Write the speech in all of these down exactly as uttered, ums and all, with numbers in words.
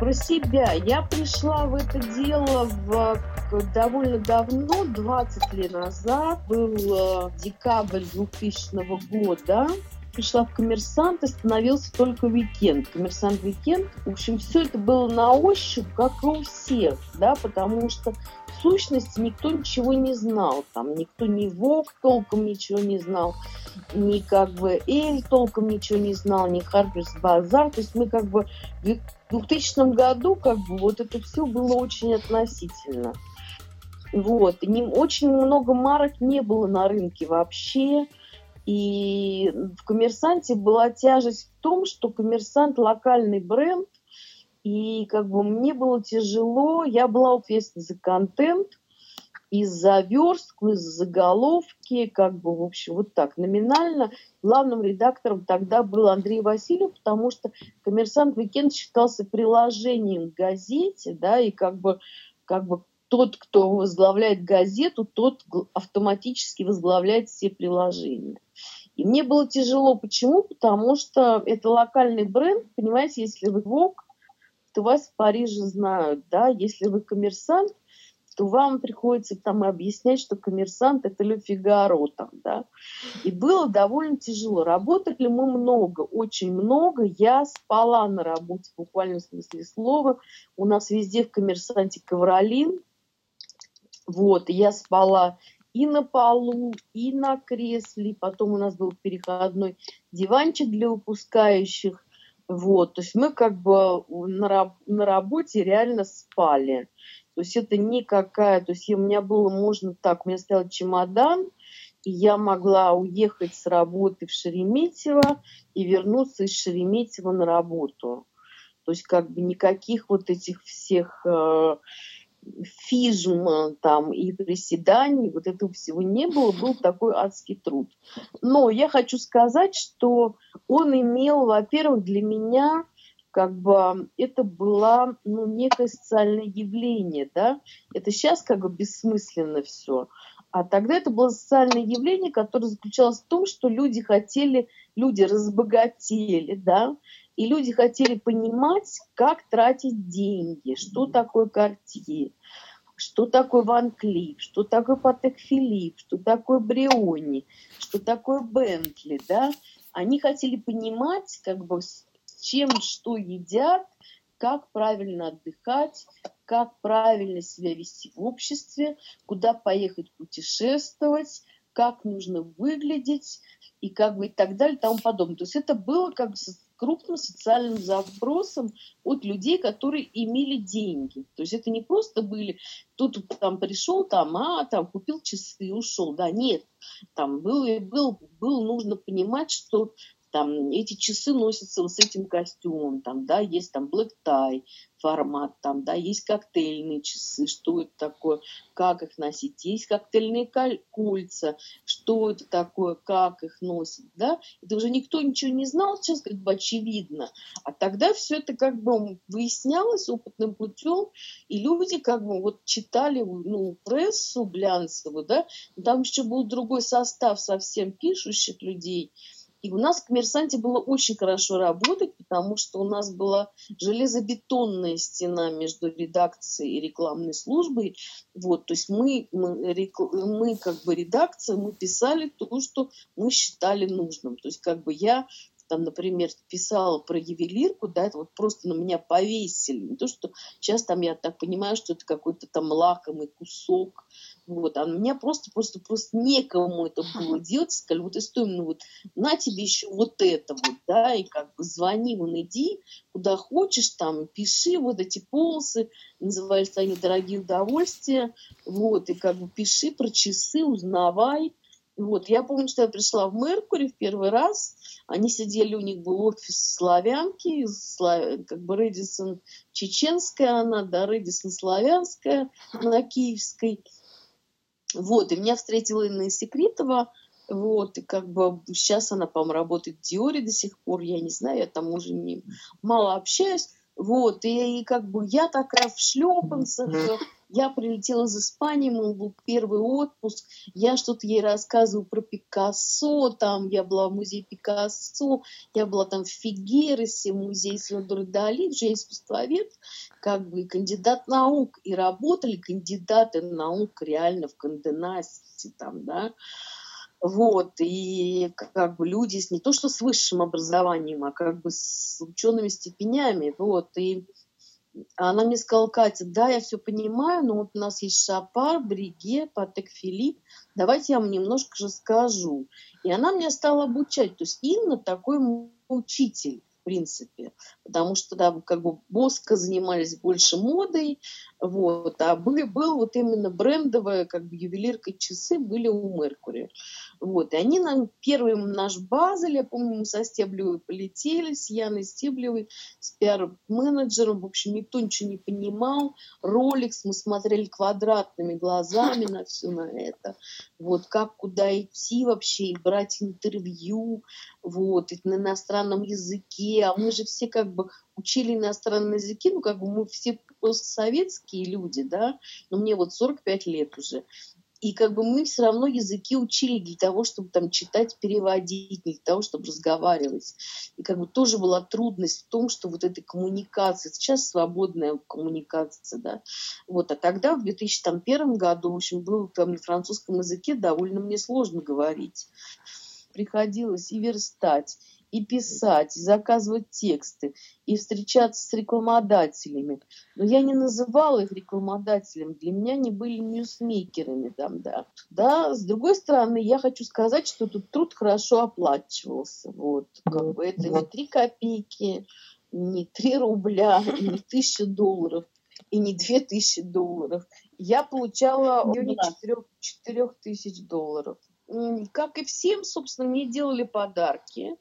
Про себя. Я пришла в это дело в, довольно давно, двадцать лет назад. Был э, декабрь двухтысячного года. Пришла в «Коммерсант» и становился только «Уикенд». «Коммерсант», «Уикенд». В общем, все это было на ощупь, как и у всех, да, потому что в сущности никто ничего не знал. Там никто ни «Вог» толком ничего не знал, ни как бы «Эль» толком ничего не знал, ни «Харперс Базар». То есть мы как бы в двухтысячном году как бы вот это все было очень относительно. Вот. И не, очень много марок не было на рынке вообще. И в «Коммерсанте» была тяжесть в том, что «Коммерсант» — локальный бренд, и как бы мне было тяжело, я была ответственна за контент, и за верстку, и за заголовки, как бы, в общем, вот так, номинально. Главным редактором тогда был Андрей Васильев, потому что «Коммерсант», «Уикенд» считался приложением к газете, да, и как бы, как бы тот, кто возглавляет газету, тот автоматически возглавляет все приложения. И мне было тяжело. Почему? Потому что это локальный бренд. Понимаете, если вы «Вог», то вас в Париже знают, да. Если вы «Коммерсант», то вам приходится там объяснять, что «Коммерсант» — это «Ле Фигаро», там, да. И было довольно тяжело. Работали мы много, очень много. Я спала на работе, в буквальном смысле слова. У нас везде в «Коммерсанте» ковролин. Вот, и я спала и на полу, и на кресле. Потом у нас был переходной диванчик для выпускающих. Вот, то есть мы как бы на, на работе реально спали. То есть это никакая... То есть у меня было, можно так, у меня стоял чемодан, и я могла уехать с работы в Шереметьево и вернуться из Шереметьево на работу. То есть как бы никаких вот этих всех... Э, физм там и приседаний, вот этого всего не было, был такой адский труд. Но я хочу сказать, что он имел, во-первых, для меня, как бы, это было, ну, некое социальное явление, да, это сейчас как бы бессмысленно все, а тогда это было социальное явление, которое заключалось в том, что люди хотели, люди разбогатели, да, и люди хотели понимать, как тратить деньги, что такое Cartier, что такое Ван Клиф, что такое Патек Филипп, что такое Бриони, что такое Бентли, да. Они хотели понимать, как бы, с чем что едят, как правильно отдыхать, как правильно себя вести в обществе, куда поехать путешествовать, как нужно выглядеть и как бы и так далее и тому подобное. То есть это было как бы крупным социальным запросом от людей, которые имели деньги. То есть это не просто были, кто-то там пришел, там, а, там купил часы и ушел. Да, нет, там было, был, было нужно понимать, что там эти часы носятся вот с этим костюмом, там, да, есть там black tie формат, там, да, есть коктейльные часы, что это такое, как их носить, есть коктейльные кольца, что это такое, как их носить, да, это уже никто ничего не знал, сейчас как бы очевидно, а тогда все это как бы выяснялось опытным путем, и люди как бы вот читали, ну, прессу глянцевую, да, там еще был другой состав совсем пишущих людей. И у нас в «Коммерсанте» было очень хорошо работать, потому что у нас была железобетонная стена между редакцией и рекламной службой. Вот, то есть мы, мы, мы как бы редакция, мы писали то, что мы считали нужным. То есть как бы я там, например, писала про ювелирку, да, это вот просто на меня повесили. Не то, что сейчас там я так понимаю, что это какой-то там лакомый кусок, вот, а у меня просто, просто, просто некому это было делать. Сказали, вот история, ну вот, на тебе еще вот это вот, да, и как бы звони, вон иди, куда хочешь, там, пиши вот эти полосы, называются они «Дорогие удовольствия», вот, и как бы пиши про часы, узнавай. Вот, я помню, что я пришла в «Меркури» в первый раз, они сидели, у них был офис славянки, как бы Рэдисон чеченская она, да, Рэдисон славянская на Киевской. Вот, и меня встретила Инна Секретова, вот, и как бы сейчас она, по-моему, работает в Диоре до сих пор, я не знаю, я там уже не, мало общаюсь. Вот, и, и как бы я такая в шлепанцах, я прилетела из Испании, мой был первый отпуск, я что-то ей рассказываю про Пикассо, Пикассо, там я была в музее Пикассо, я была там в Фигересе, музей Сальвадора Дали, уже я искусствовед, как бы кандидат наук, и работали кандидаты наук реально в Канде-Насти там, да, вот, и как бы люди с, не то что с высшим образованием, а как бы с учеными степенями, вот, и она мне сказала: Катя, да, я все понимаю, но вот у нас есть Шапар, Бриге, Патек Филипп, давайте я вам немножко же скажу. И она меня стала обучать. То есть Инна такой учитель, в принципе, потому что да, как бы Боско занимались больше модой, вот, а были, был вот именно брендовая, как бы ювелирка, часы были у Меркури. Вот, и они нам, первый наш Базель, я помню, мы со Стеблевой полетели, с Яной Стеблевой, с пиар-менеджером, в общем, никто ничего не понимал, Ролекс, мы смотрели квадратными глазами на все на это, вот, как, куда идти вообще, и брать интервью, вот, и на иностранном языке, а мы же все как бы учили иностранные языки, ну, как бы мы все постсоветские люди, да, но мне вот сорок пять лет уже. И как бы мы все равно языки учили для того, чтобы там читать, переводить, не для того, чтобы разговаривать. И как бы тоже была трудность в том, что вот этой коммуникации, сейчас свободная коммуникация, да, вот, а тогда в две тысячи первом году, в общем, было там на французском языке довольно мне сложно говорить. Приходилось и верстать, и писать, и заказывать тексты, и встречаться с рекламодателями. Но я не называла их рекламодателями, для меня они были ньюсмейкерами там, да. Да, с другой стороны, я хочу сказать, что тут труд хорошо оплачивался. Вот, как бы это не три копейки, не три рубля, не тысяча долларов, и не две тысячи долларов. Я получала в районе четырех тысяч долларов. Как и всем, собственно, мне делали подарки.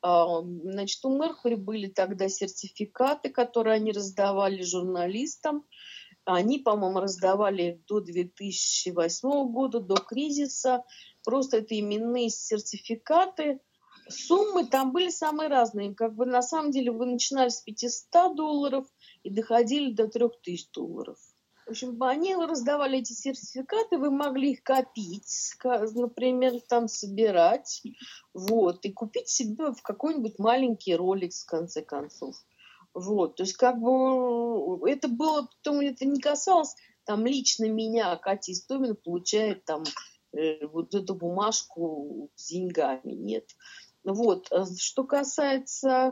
Значит, у Меркури были тогда сертификаты, которые они раздавали журналистам. Они, по-моему, раздавали их до две тысячи восьмого года, до кризиса. Просто это именные сертификаты. Суммы там были самые разные. Как бы на самом деле вы начинали с пятисот долларов и доходили до трех тысяч долларов. В общем, они раздавали эти сертификаты, вы могли их копить, например, там собирать, вот, и купить себе в какой-нибудь маленький Rolex, в конце концов. Вот, то есть, как бы, это было, потом это не касалось, там, лично меня, Катя Истомина получает, там, э, вот эту бумажку с деньгами, нет. Вот, что касается...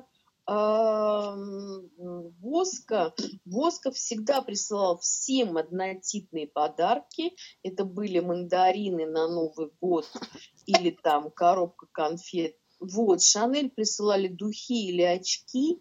Боско. Боско всегда присылал всем однотипные подарки. Это были мандарины на Новый год или там коробка конфет. Вот, Шанель присылали духи или очки.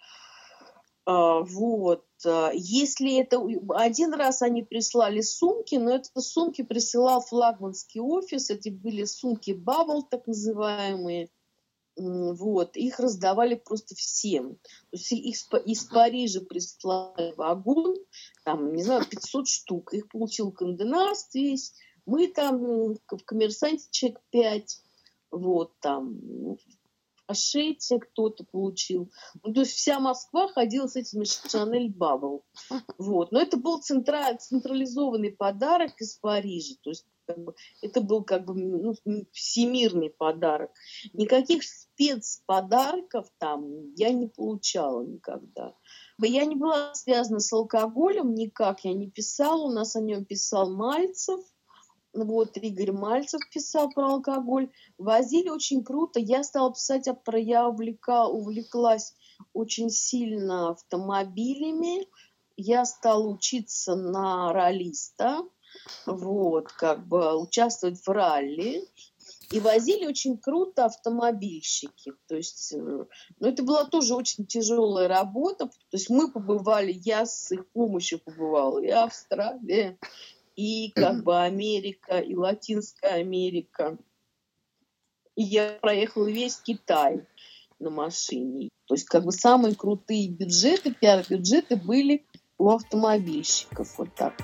Вот. Если это... Один раз они прислали сумки, но это сумки присылал флагманский офис. Это были сумки Bubble, так называемые. Вот, их раздавали просто всем. То есть их из Парижа прислали вагон, там, не знаю, пятьсот штук. Их получил Канде-Наст весь. Мы там в Коммерсанте человек пять. Вот, там, в Ашете кто-то получил. Ну, то есть вся Москва ходила с этими Шанель Бабл. Вот. Но это был центра... централизованный подарок из Парижа. То есть как бы, это был как бы ну, всемирный подарок. Никаких спецподарков там я не получала никогда. Я не была связана с алкоголем никак, я не писала. У нас о нем писал Мальцев. Вот, Игорь Мальцев писал про алкоголь. Возили очень круто. Я стала писать про... Я увлека... увлеклась очень сильно автомобилями. Я стала учиться на раллиста. Вот, как бы участвовать в ралли. И возили очень круто автомобильщики. То есть, ну, это была тоже очень тяжелая работа. То есть мы побывали, я с их помощью побывала и Австралия, и как бы Америка, и Латинская Америка. И я проехала весь Китай на машине. То есть как бы самые крутые бюджеты, пиар-бюджеты были у автомобильщиков. Вот так.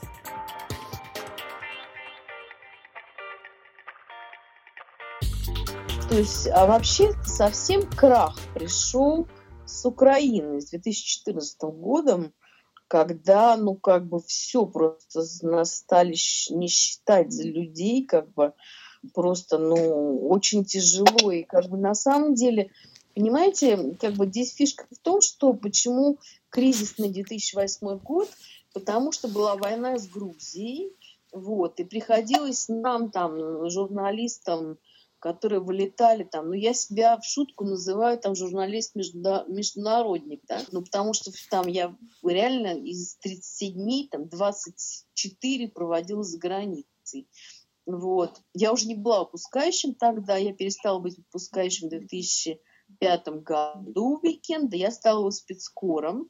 То есть, а вообще совсем крах пришел с Украины с две тысячи четырнадцатым годом, когда, ну, как бы все просто нас стали не считать за людей, как бы, просто, ну, очень тяжело. И как бы на самом деле, понимаете, как бы здесь фишка в том, что почему кризисный две тысячи восьмой год, потому что была война с Грузией, вот, и приходилось нам, там, журналистам, которые вылетали там, ну, я себя в шутку называю там журналист международник, да, ну, потому что там я реально из тридцати дней там двадцать четыре проводила за границей. Вот. Я уже не была выпускающим тогда, я перестала быть выпускающим в две тысячи пятом году уикенда, я стала спецкором.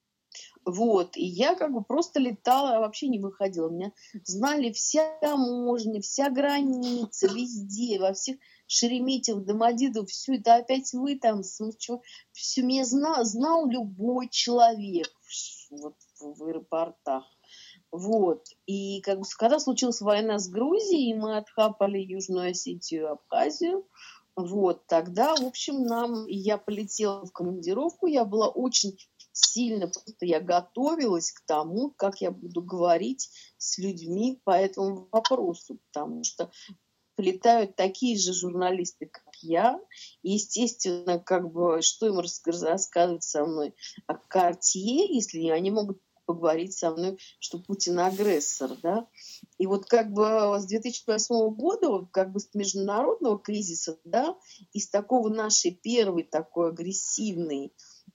Вот, и я как бы просто летала, а вообще не выходила. Меня знали вся таможня, вся граница, везде, во всех Шереметьево, Домодедово, все это опять вы там, все меня знал, знал любой человек вот, в аэропортах. Вот, и как бы когда случилась война с Грузией, мы отхапали Южную Осетию и Абхазию, вот, тогда, в общем, нам, я полетела в командировку, я была очень сильно, просто я готовилась к тому, как я буду говорить с людьми по этому вопросу, потому что прилетают такие же журналисты, как я, и, естественно, как бы, что им рассказывать со мной о Картье, если они могут поговорить со мной, что Путин агрессор, да. И вот как бы с две тысячи восьмого года, как бы с международного кризиса, да, из такого нашей первой такой агрессивной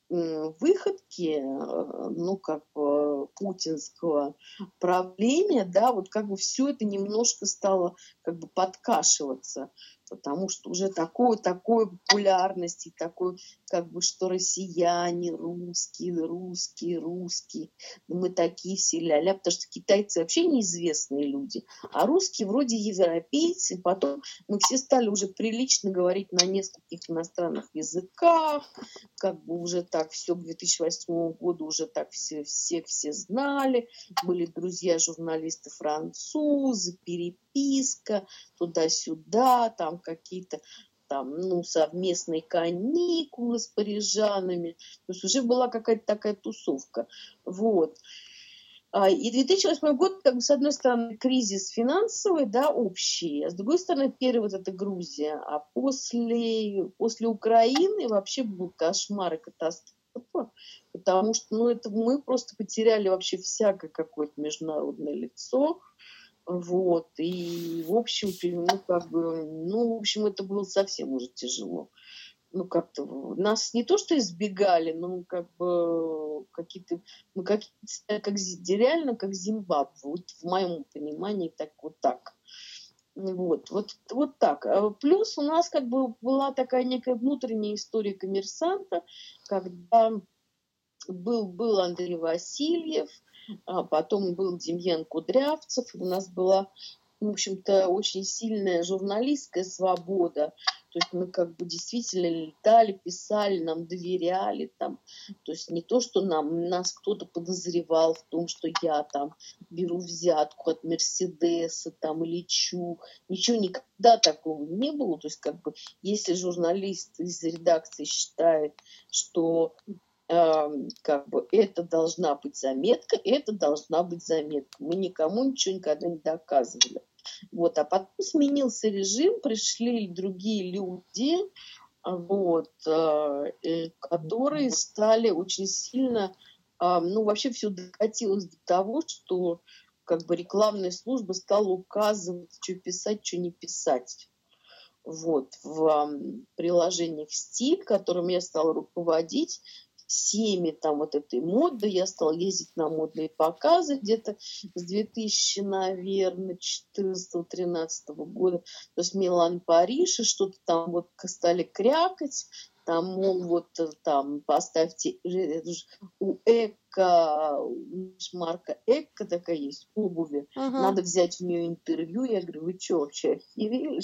выходки, ну, как бы, путинского правления, да, вот как бы все это немножко стало как бы подкашиваться, потому что уже такой, такой популярности, такой, как бы, что россияне, русские, русские, русские, мы такие все ля-ля, потому что китайцы вообще неизвестные люди, а русские вроде европейцы, потом мы все стали уже прилично говорить на нескольких иностранных языках, как бы уже так все к две тысячи восьмому году уже так все, всех все знали, были друзья журналисты французы, переписка туда-сюда, там какие-то там, ну, совместные каникулы с парижанами, то есть уже была какая-то такая тусовка, вот. И две тысячи восьмой год, как бы, с одной стороны, кризис финансовый, да, общий, а с другой стороны, первый вот это Грузия, а после, после Украины вообще был кошмар и катастрофа, потому что, ну, это мы просто потеряли вообще всякое какое-то международное лицо, вот, и, в общем, ну, как бы, ну, в общем, это было совсем уже тяжело. Ну, как-то нас не то что избегали, но как бы какие-то, ну, какие-то, как, реально как Зимбабве, вот в моем понимании, так вот так. Вот, вот, вот так. Плюс у нас как бы была такая некая внутренняя история «Коммерсанта», когда был, был Андрей Васильев, а потом был Демьян Кудрявцев, у нас была, в общем-то, очень сильная журналистская свобода. То есть мы как бы действительно летали, писали, нам доверяли. Там. То есть не то, что нам, нас кто-то подозревал в том, что я там беру взятку от Мерседеса там, и лечу. Ничего никогда такого не было. То есть как бы если журналист из редакции считает, что э, как бы это должна быть заметка, это должна быть заметка. Мы никому ничего никогда не доказывали. Вот, а потом сменился режим, пришли другие люди, вот, э, которые стали очень сильно, э, ну, вообще все докатилось до того, что как бы рекламная служба стала указывать, что писать, что не писать. Вот, в э, приложениях «Стиль», которым я стала руководить, всеми там вот этой моды, я стала ездить на модные показы где-то с две тысячи, наверное, четырнадцатого-тринадцатого года, то есть Милан, Париж, и что-то там вот стали крякать, там, мол, вот там поставьте у Эко, марка Эко такая есть, обуви, uh-huh. Надо взять в нее интервью. Я говорю, вы что, вообще охерели?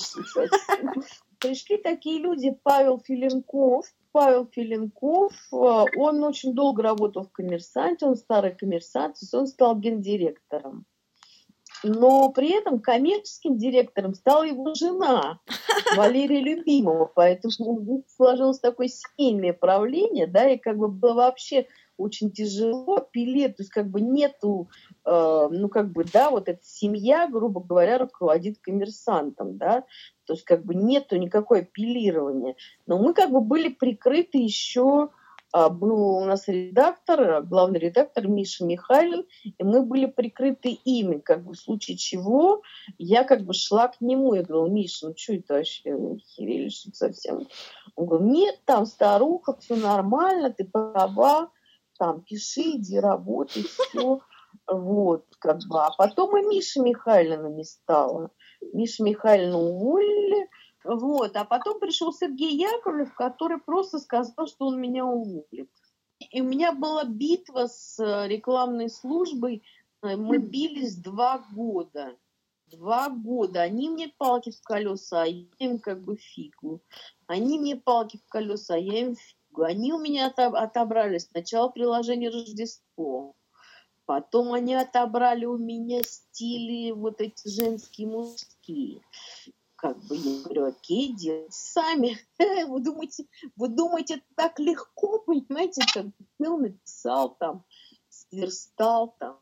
Пришли такие люди, Павел Филенков. Павел Филенков, он очень долго работал в «Коммерсанте», он старый коммерсант, он стал гендиректором. Но при этом коммерческим директором стала его жена Валерия Любимова, поэтому сложилось такое семейное правление, да, и как бы было вообще очень тяжело, пиле, то есть как бы нету, э, ну как бы, да, вот эта семья, грубо говоря, руководит коммерсантом, да, то есть как бы нету никакой апеллирования. Но мы как бы были прикрыты еще, а, был у нас редактор, главный редактор Миша Михайлин, и мы были прикрыты ими, как бы в случае чего я как бы шла к нему, я говорила: Миша, ну что это вообще, охерели что-то совсем? Он говорит: нет, там старуха, все нормально, ты права, там пиши, иди работай, все. Вот, как бы. А потом и Миша Михайлина не стало. Миша Михайлина уволили. Вот, а потом пришел Сергей Яковлев, который просто сказал, что он меня уволит. И у меня была битва с рекламной службой. Мы бились два года. Два года. Они мне палки в колеса, а я им как бы фигу. Они мне палки в колеса, а я им фигу. Они у меня отобрали сначала приложение Рождество. Потом они отобрали у меня стили вот эти женские, мужские. Как бы я говорю: окей, делайте сами. Вы думаете, вы думаете, это так легко, понимаете? Как сел, написал там, сверстал там.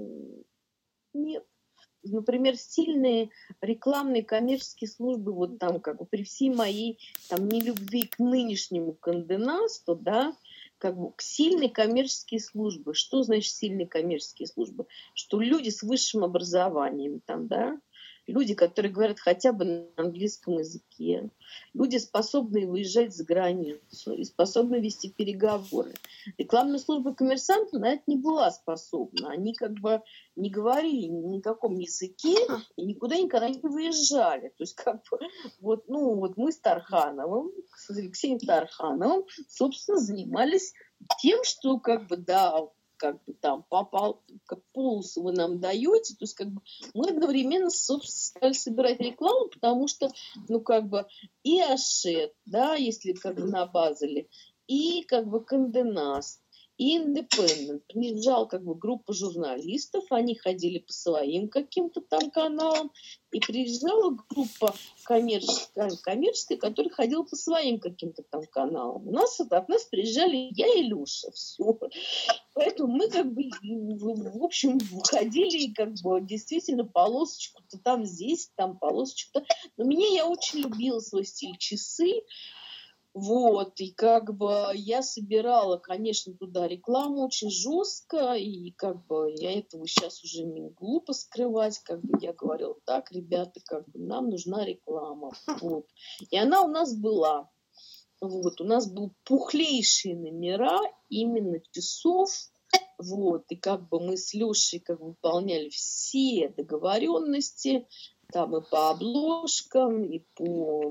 Нет. Например, сильные рекламные коммерческие службы, вот там как бы при всей моей там нелюбви к нынешнему Конде Насту, да, как бы сильные коммерческие службы. Что значит сильные коммерческие службы? Что люди с высшим образованием там, да, люди, которые говорят хотя бы на английском языке, люди, способные выезжать за границу и способны вести переговоры. Рекламная служба «Коммерсанта» на это не была способна. Они как бы не говорили ни на каком языке и никуда никогда не выезжали. То есть как бы вот, ну, вот мы с Тархановым, с Алексеем Тархановым, собственно, занимались тем, что как бы, да, как бы там попал, как полосу вы нам даете, то есть как бы мы одновременно, собственно, стали собирать рекламу, потому что, ну, как бы и Ашет, да, если как бы на Базеле, и как бы Конде Наст, и Индепендент. Приезжал как бы группа журналистов, они ходили по своим каким-то там каналам, и приезжала группа коммерческая, коммерческая, которая ходила по своим каким-то там каналам. У нас от нас приезжали я и Люша, все. Поэтому мы как бы, в общем, выходили как бы действительно полосочку-то там здесь, там полосочку-то. Но меня я очень любила свой стиль часы. Вот, и как бы я собирала, конечно, туда рекламу очень жестко, и как бы я этого сейчас уже не глупо скрывать, как бы я говорила: так, ребята, как бы нам нужна реклама, вот. И она у нас была. Вот, у нас был пухлейшие номера именно часов, вот, и как бы мы с Лешей как бы выполняли все договоренности, там и по обложкам, и по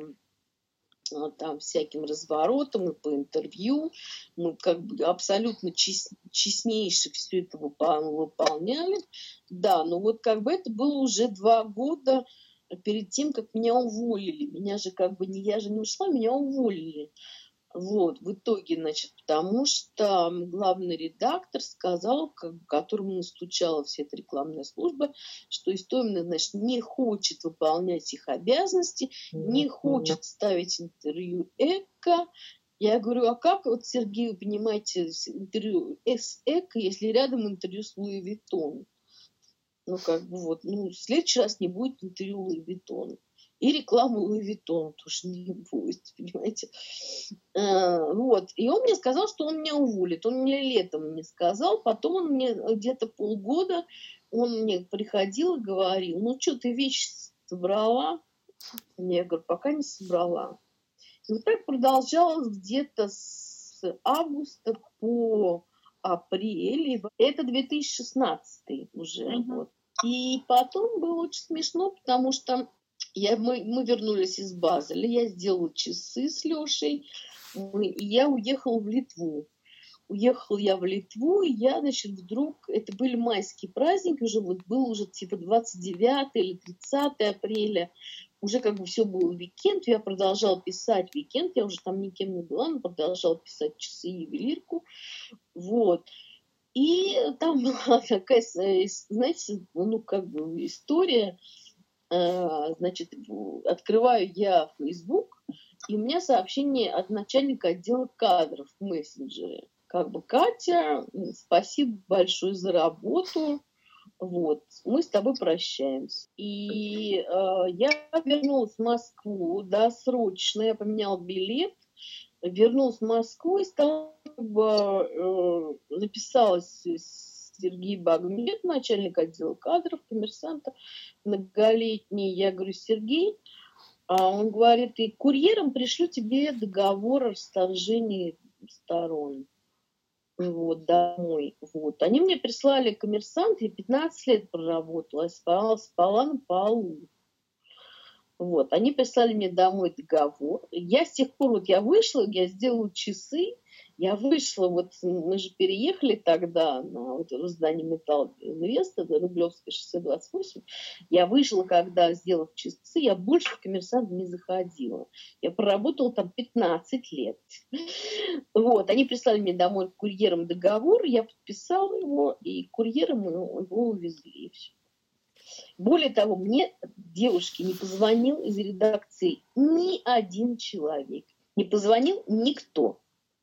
там всяким разворотам, и по интервью. Мы как бы абсолютно чест, честнейше все это выполняли. Да, но вот как бы это было уже два года перед тем, как меня уволили. Меня же как бы не я же не ушла, меня уволили. Вот, в итоге, значит, потому что главный редактор сказал, как бы, которому настучала вся эта рекламная служба, что Истомина, значит, не хочет выполнять их обязанности, не хочет ставить интервью Эко. Я говорю: а как вот, Сергей, вы понимаете, интервью с Эко, если рядом интервью с Луи Виттон? Ну, как бы вот, ну, в следующий раз не будет интервью Луи Виттон. И рекламу Луи Виттон тоже не будет, понимаете. А, вот. И он мне сказал, что он меня уволит. Он мне летом не сказал. Потом он мне где-то полгода, он мне приходил и говорил: ну что, ты вещи собрала? Я говорю: пока не собрала. И вот так продолжалось где-то с августа по апрель. Это две тысячи шестнадцатый уже. Mm-hmm. Вот. И потом было очень смешно, потому что Я, мы, мы вернулись из Базеля, я сделала часы с Лешей, мы, и я уехала в Литву. Уехала я в Литву, и я, значит, вдруг, это были майские праздники, уже вот был уже типа двадцать девятое или тридцатое апреля, уже как бы все было уикенд, я продолжала писать уикенд, я уже там никем не была, но продолжала писать часы и ювелирку, вот. И там была такая, знаете, ну как бы история. Значит, открываю я Facebook, и у меня сообщение от начальника отдела кадров в мессенджере. как бы, Катя, спасибо большое за работу. Вот, мы с тобой прощаемся. И э, я вернулась в Москву досрочно, я поменяла билет, вернулась в Москву и стала, как бы, э, записалась Сергей Багмет, начальник отдела кадров, коммерсанта, многолетний. Я говорю: Сергей, а он говорит: и курьером пришлю тебе договор о расторжении сторон. Вот, домой. Вот. Они мне прислали коммерсант, я пятнадцать лет проработала, спала, спала на полу. Вот. Они прислали мне домой договор. Я с тех пор, вот я вышла, я сделала часы, я вышла, вот мы же переехали тогда на вот здание Металл Инвеста, Рублевское шоссе двадцать восемь. Я вышла, когда, сделав часы, я больше в коммерсант не заходила. Я проработала там пятнадцать лет. Вот. Они прислали мне домой курьером договор, я подписала его, и курьером его увезли. И все. Более того, мне, девушке, не позвонил из редакции ни один человек. Не позвонил никто.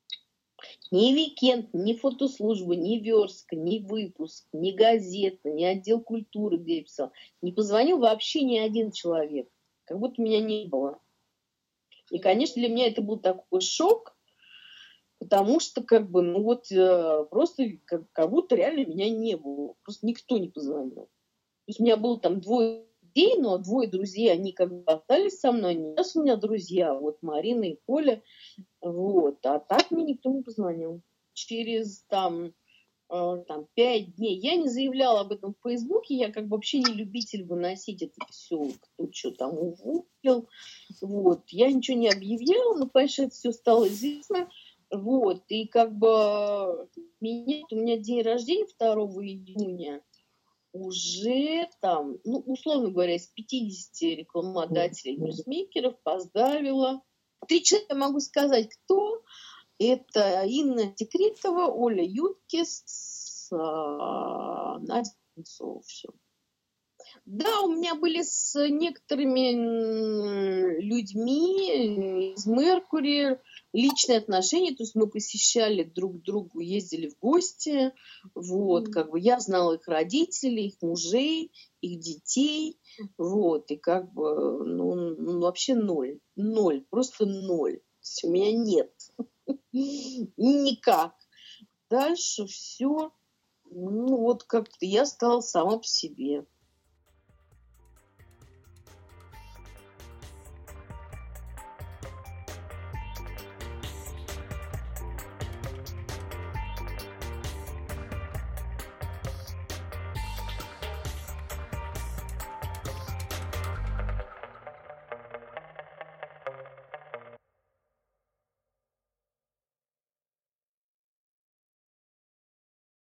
Ни Викенд, ни фотослужба, ни верстка, ни выпуск, ни газета, ни отдел культуры, где я писала. Не позвонил вообще ни один человек. Как будто меня не было. И, конечно, для меня это был такой шок, потому что, как бы, ну вот, просто как, как будто реально меня не было. Просто никто не позвонил. То есть у меня было там двое друзей, но двое друзей, они как бы остались со мной. Они сейчас у меня друзья, вот Марина и Коля. Вот. А так мне никто не позвонил. Через там, э, там пять дней. Я не заявляла об этом в Фейсбуке. Я как бы вообще не любитель выносить это все, кто что там увидел. Вот. Я ничего не объявляла, но, конечно, это все стало известно. Вот. И как бы меня, у меня день рождения второго июня. Уже там, ну, условно говоря, из пятидесяти рекламодателей, ньюсмейкеров поздравила. Три человека могу сказать, кто. Это Инна Секретова, Оля Юткис, Надя Кузнецова. Все. Да, у меня были с некоторыми людьми из Меркури личные отношения, то есть мы посещали друг другу, ездили в гости, вот, mm. как бы я знала их родителей, их мужей, их детей, вот, и как бы, ну, ну вообще ноль, ноль, просто ноль, то есть у меня нет, никак. Дальше все, ну, вот как-то я стала сама по себе.